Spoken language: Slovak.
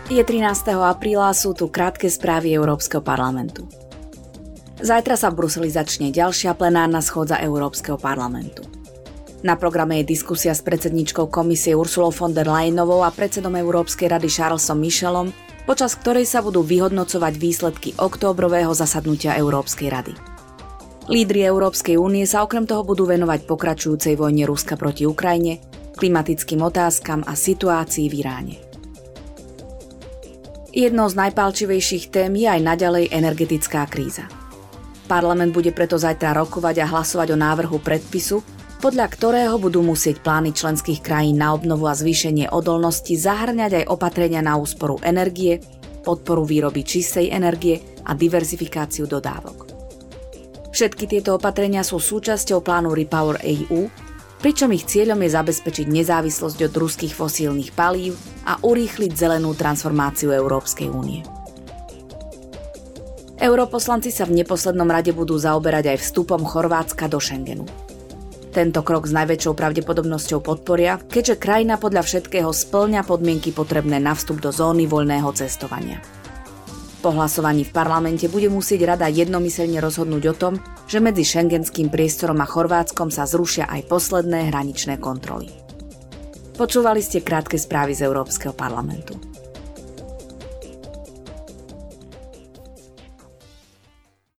Je 13. apríla, sú tu krátke správy Európskeho parlamentu. Zajtra sa v Bruseli začne ďalšia plenárna schôdza Európskeho parlamentu. Na programe je diskusia s predsedníčkou komisie Ursulou von der Leyenovou a predsedom Európskej rady Charlesom Michelom, počas ktorej sa budú vyhodnocovať výsledky októbrového zasadnutia Európskej rady. Lídri Európskej únie sa okrem toho budú venovať pokračujúcej vojne Ruska proti Ukrajine, klimatickým otázkam a situácii v Iráne. Jednou z najpálčivejších tém je aj naďalej energetická kríza. Parlament bude preto zajtra rokovať a hlasovať o návrhu predpisu, podľa ktorého budú musieť plány členských krajín na obnovu a zvýšenie odolnosti zahŕňať aj opatrenia na úsporu energie, podporu výroby čistej energie a diverzifikáciu dodávok. Všetky tieto opatrenia sú súčasťou plánu Repower EU, pričom ich cieľom je zabezpečiť nezávislosť od ruských fosílnych palív a urýchliť zelenú transformáciu Európskej únie. Europoslanci sa v neposlednom rade budú zaoberať aj vstupom Chorvátska do Schengenu. Tento krok s najväčšou pravdepodobnosťou podporia, keďže krajina podľa všetkého spĺňa podmienky potrebné na vstup do zóny voľného cestovania. Po hlasovaní v parlamente bude musieť rada jednomyseľne rozhodnúť o tom, že medzi schengenským priestorom a Chorvátskom sa zrušia aj posledné hraničné kontroly. Počúvali ste krátke správy z Európskeho parlamentu.